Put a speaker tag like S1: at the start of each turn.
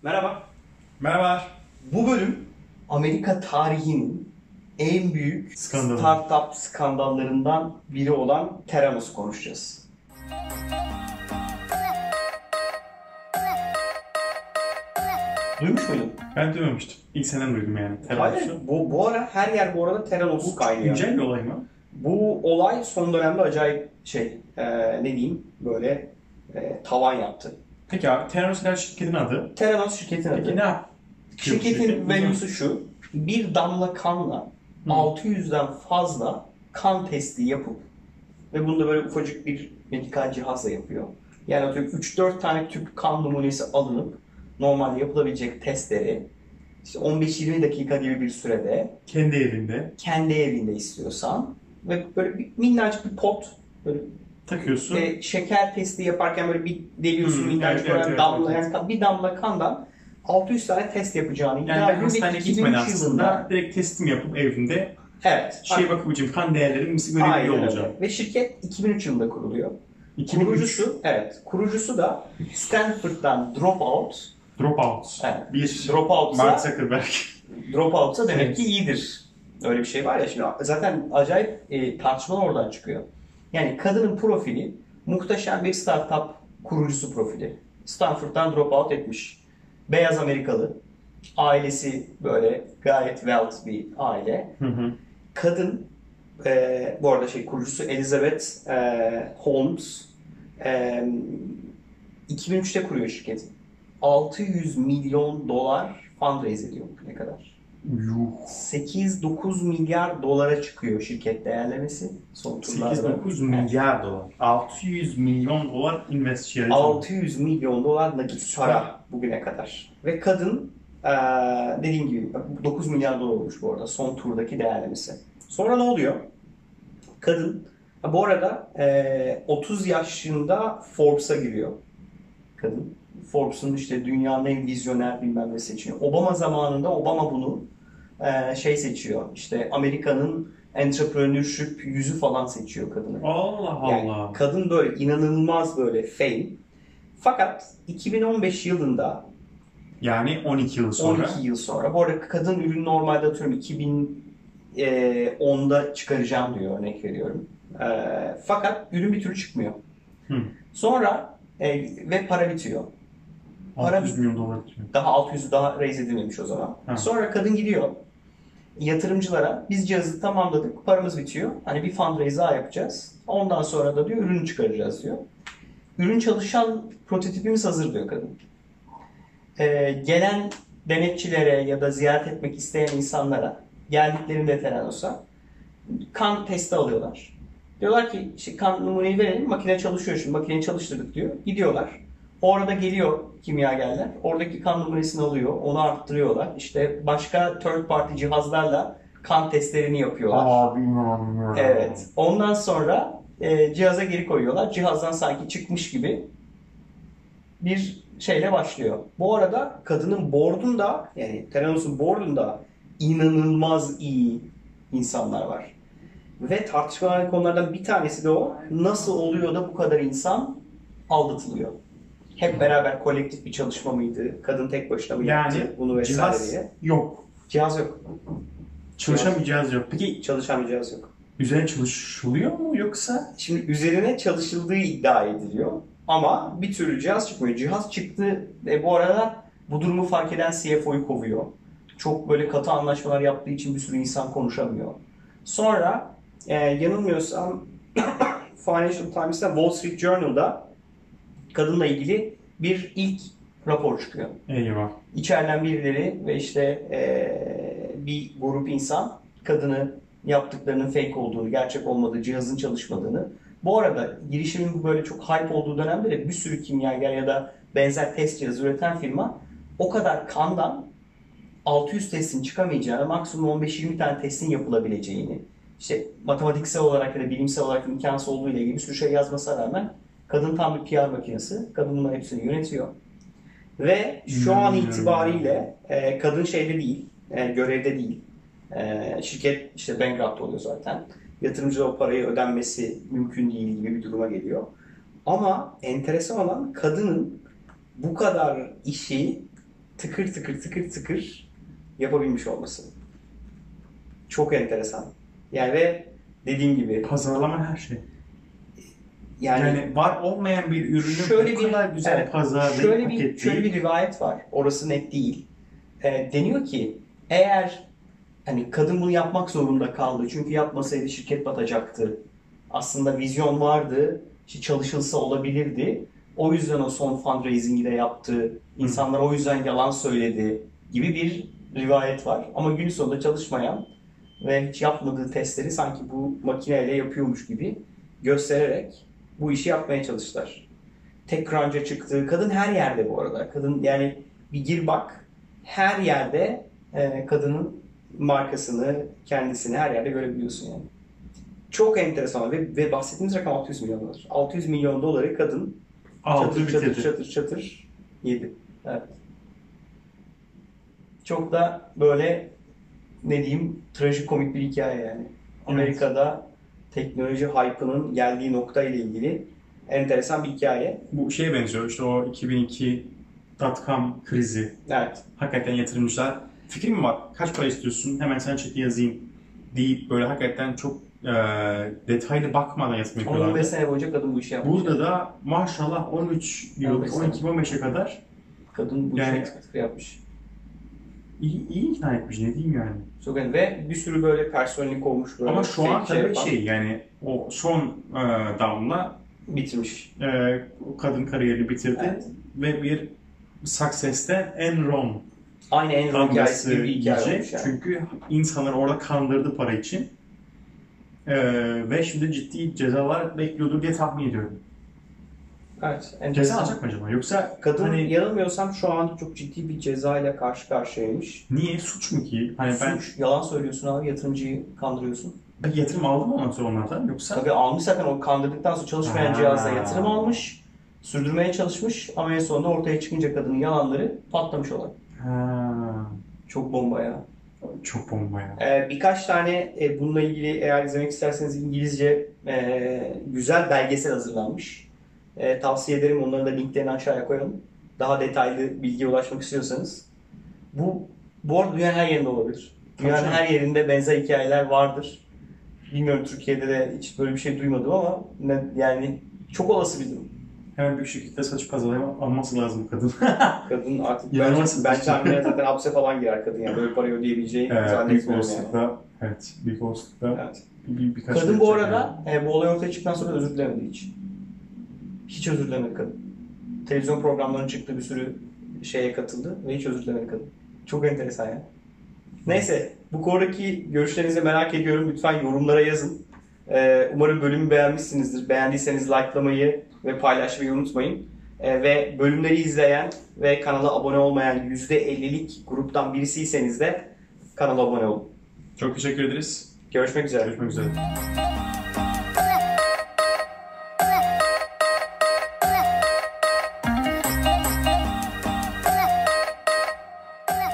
S1: Merhaba.
S2: Merhaba.
S1: Bu bölüm Amerika tarihinin en büyük
S2: Skandalı.
S1: startup skandallarından biri olan Theranos'u konuşacağız. Duymuş muydun?
S2: Ben duymamıştım. İlk senden duydum yani.
S1: Hayır.
S2: Theranos'u.
S1: Bu ara her yer bu arada Theranos
S2: Bu
S1: kaynıyor.
S2: güncel bir olay mı?
S1: Bu olay son dönemde acayip ne diyeyim böyle tavan yaptı.
S2: Peki abi Theranos her şirketin adı.
S1: Theranos şirketin adı.
S2: Peki ne yap?
S1: Şirketin value'su şu, bir damla kanla 600'den fazla kan testi yapıp ve bunu da böyle ufacık bir medikal cihazla yapıyor. Yani atıyorum 3-4 tane tüp kan numunesi alınıp normalde yapılabilecek testleri işte 15-20 dakika gibi bir sürede
S2: Kendi evinde
S1: kendi evinde istiyorsan ve böyle bir minnacık bir pot böyle
S2: takıyorsun.
S1: şeker testi yaparken böyle bir deliyorsun minnacık
S2: evet,
S1: böyle
S2: evet,
S1: damla
S2: evet.
S1: yani bir damla kandan 600 tane test yapacağını iddia
S2: Yani ben
S1: ediyor ve
S2: hastaneye
S1: 2003
S2: gitmeden
S1: yılında
S2: aslında direkt testim yapıp evimde
S1: evet.
S2: bakıcım kan değerlerim nasıl
S1: Aynen
S2: görebiliyor
S1: öyle.
S2: olacağım.
S1: Ve şirket 2003 yılında kuruluyor.
S2: 2003
S1: Kurucusu da Stanford'dan dropout.
S2: Dropout.
S1: Evet.
S2: Bir
S1: Dropout'sa
S2: Mark Zuckerberg.
S1: Dropout'sa demek
S2: Evet.
S1: ki iyidir. Öyle bir şey var ya şimdi zaten acayip tartışmalar oradan çıkıyor. Yani kadının profili muhteşem bir startup kurucusu profili. Stanford'dan dropout etmiş. Beyaz Amerikalı. Ailesi böyle gayet wealthy bir aile.
S2: Hı hı.
S1: Kadın bu arada kurucusu Elizabeth Holmes 2003'te kuruyor şirketi. 600 milyon dolar fundraise ediyor ne kadar?
S2: Yuh.
S1: 8-9 milyar dolara çıkıyor şirket değerlemesi son turlarda.
S2: 8-9 milyar dolar. 600 milyon dolar invest
S1: 600 milyon dolar nakit para bugüne kadar. Ve kadın dediğim gibi 9 milyar dolar olmuş bu arada son turdaki değerlemesi. Sonra ne oluyor? Kadın bu arada 30 yaşında Forbes'a giriyor. Kadın. Forbes'un işte dünyanın en vizyoner bilmem ne seçiyor. Obama zamanında Obama bunu seçiyor. İşte Amerika'nın entrepreneurship yüzü falan seçiyor kadını.
S2: Allah
S1: Yani
S2: Allah.
S1: kadın böyle inanılmaz böyle fame. Fakat 2015 yılında
S2: Yani 12 yıl sonra.
S1: 12 yıl sonra. Bu arada kadın ürün normalde atıyorum 2010'da çıkaracağım diyor örnek veriyorum. Fakat ürün bir türlü çıkmıyor.
S2: Hı.
S1: Sonra ve para bitiyor.
S2: 600 milyon dolar diyor.
S1: Daha 600'ü daha raise edilmemiş o zaman.
S2: Ha.
S1: Sonra kadın gidiyor yatırımcılara biz cihazı tamamladık, paramız bitiyor. Hani bir fundraise daha yapacağız. Ondan sonra da diyor ürünü çıkaracağız diyor. Ürün çalışan prototipimiz hazır diyor kadın. Gelen denetçilere ya da ziyaret etmek isteyen insanlara geldiklerinde Theranos'a kan testi alıyorlar. Diyorlar ki işte kan numuneyi verelim, makine çalışıyor şimdi, makineyi çalıştırdık diyor. Gidiyorlar. Orada geliyor kimyagerler. Oradaki kan numunesini alıyor, onu arttırıyorlar. İşte başka third party cihazlarla kan testlerini yapıyorlar.
S2: Abi inanamıyorum.
S1: Evet. Ondan sonra cihaza geri koyuyorlar. Cihazdan sanki çıkmış gibi bir şeyle başlıyor. Bu arada kadının board'unda yani Theranos'un board'unda inanılmaz iyi insanlar var. Ve tartışmalar konulardan bir tanesi de o. Nasıl oluyor da bu kadar insan aldatılıyor? Hep beraber kolektif bir çalışma mıydı? Kadın tek başına mı
S2: Yani
S1: yaptı bunu vesaire
S2: cihaz
S1: diye?
S2: yok.
S1: Cihaz yok.
S2: Çalışan bir cihaz yok. Peki
S1: Çalışan bir cihaz yok.
S2: üzerine çalışılıyor mu yoksa?
S1: Şimdi üzerine çalışıldığı iddia ediliyor. Ama bir türlü cihaz çıkmıyor. Cihaz çıktı bu arada bu durumu fark eden CFO'yu kovuyor. Çok böyle katı anlaşmalar yaptığı için bir sürü insan konuşamıyor. Sonra yanılmıyorsam Financial Times'ta Wall Street Journal'da kadınla ilgili bir ilk rapor çıkıyor.
S2: Eyvah.
S1: İçeriden birileri ve işte bir grup insan kadını yaptıklarının fake olduğunu, gerçek olmadığı, cihazın çalışmadığını. Bu arada girişimin böyle çok hype olduğu dönemde de bir sürü kimyager ya da benzer test cihazı üreten firma o kadar kandan 600 testin çıkamayacağını, maksimum 15-20 tane testin yapılabileceğini, işte matematiksel olarak ya da bilimsel olarak imkansız olduğu ile ilgili bir sürü şey yazmasına rağmen kadın tam bir PR makinesi. Kadın bunların hepsini yönetiyor. Ve şu an itibariyle kadın şeyde değil, görevde değil. Şirket işte bankrupt oluyor zaten. Yatırımcılara o parayı ödenmesi mümkün değil gibi bir duruma geliyor. Ama enteresan olan kadının bu kadar işi tıkır tıkır tıkır tıkır yapabilmiş olması. Çok enteresan. Yani ve dediğim gibi
S2: Pazarlama her şey.
S1: yani
S2: Yani var olmayan bir ürünü
S1: şöyle
S2: bu kadar güzel
S1: evet,
S2: pazarlayıp
S1: şöyle bir rivayet var. Orası net değil. Deniyor ki eğer hani kadın bunu yapmak zorunda kaldı. Çünkü yapmasaydı şirket batacaktı. Aslında vizyon vardı. İşte çalışılsa olabilirdi. O yüzden o son fundraising'i de yaptı. İnsanlar o yüzden yalan söyledi gibi bir rivayet var. Ama gün sonunda çalışmayan ve hiç yapmadığı testleri sanki bu makineyle yapıyormuş gibi göstererek bu işi yapmaya çalıştılar. TechCrunch'a çıktı. Kadın her yerde bu arada. Kadın yani bir gir bak her yerde kadının markasını, kendisini her yerde görebiliyorsun yani. Çok enteresan ve bahsettiğimiz rakam 600 milyon dolar. 600 milyon doları kadın
S2: aldı
S1: çatır
S2: bitirdi.
S1: çatır çatır çatır yedi. Evet. Çok da böyle ne diyeyim trajikomik bir hikaye yani. Amerika'da teknoloji hype'ının geldiği nokta ile ilgili enteresan bir hikaye.
S2: Bu şeye benziyor işte o 2002 dot-com krizi.
S1: Evet.
S2: Hakikaten yatırımcılar fikrim var kaç para istiyorsun hemen sana çeki yazayım deyip böyle hakikaten çok detaylı bakmadan yatırım
S1: 15
S2: yapıyorlardı.
S1: sene boyunca kadın bu işi yapmış.
S2: Burada da maşallah 13 yıl,
S1: 15 sene.
S2: 12-15'e kadar
S1: Kadın bu işi
S2: Yani-
S1: tıkı tıkı yapmış.
S2: iyi ikna etmiş ne diyeyim yani.
S1: Çok önemli. Ve bir sürü böyle personelik olmuş böyle.
S2: Ama şu an
S1: şey
S2: tabii
S1: yapan,
S2: yani o son damla
S1: bitirmiş.
S2: o kadın kariyerini bitirdi
S1: Evet.
S2: ve bir Success'te Enron
S1: Aynı Enron hikayesi
S2: damgası
S1: gibi bir hikaye
S2: yiyecek.
S1: olmuş yani.
S2: Çünkü insanları orada kandırdı para için. Ve şimdi ciddi cezalar bekliyordur diye tahmin ediyorum.
S1: Evet.
S2: Ceza
S1: enteresan.
S2: alacak mı acaba? Yoksa
S1: Kadın
S2: hani
S1: yanılmıyorsam şu an çok ciddi bir cezayla karşı karşıyaymış.
S2: niye suç mu ki? Hani ben
S1: Suç, yalan söylüyorsun abi, yatırımcıyı kandırıyorsun.
S2: yatırım aldım ondan sonra onlardan yoksa
S1: Tabii almış zaten, o kandırdıktan sonra çalışmayan
S2: Ha.
S1: cihazla yatırım almış. Sürdürmeye çalışmış ama en sonunda ortaya çıkınca kadının yalanları patlamış olan.
S2: ha,
S1: Çok bomba ya.
S2: çok bomba ya.
S1: Birkaç tane bununla ilgili eğer izlemek isterseniz İngilizce güzel belgesel hazırlanmış. Tavsiye ederim. Onların da linklerini aşağıya koyalım. Daha detaylı bilgiye ulaşmak istiyorsanız. Bu arada dünyanın her yerinde olabilir. Dünyanın
S2: Tabii
S1: her yerinde benzer hikayeler vardır. Bilmiyorum, Türkiye'de de hiç böyle bir şey duymadım ama yani çok olası bir durum.
S2: Hemen bir şekilde saç alması lazım kadın.
S1: Kadın artık
S2: İnanılmaz
S1: bence
S2: bir şey.
S1: tahminen zaten hapse falan girer kadın yani. Böyle parayı ödeyebileceğini
S2: Büyük
S1: zannetmiyorum yani.
S2: olasılıkla, evet, büyük olasılıkla
S1: Evet.
S2: birkaç
S1: Kadın bu
S2: dakika
S1: arada bu olay ortaya çıktıktan sonra özür dilemedi hiç. Hiç özür dilemedi kadın. Televizyon programlarının çıktığı bir sürü şeye katıldı ve hiç özür dilemedi kadın. Çok enteresan ya. Neyse, bu konudaki görüşlerinizi merak ediyorum. Lütfen yorumlara yazın. Umarım bölümü beğenmişsinizdir. Beğendiyseniz likelamayı ve paylaşmayı unutmayın. Ve bölümleri izleyen ve kanala abone olmayan %50'lik gruptan birisiyseniz de kanala abone olun.
S2: Çok teşekkür ederiz.
S1: Görüşmek üzere.
S2: Görüşmek üzere.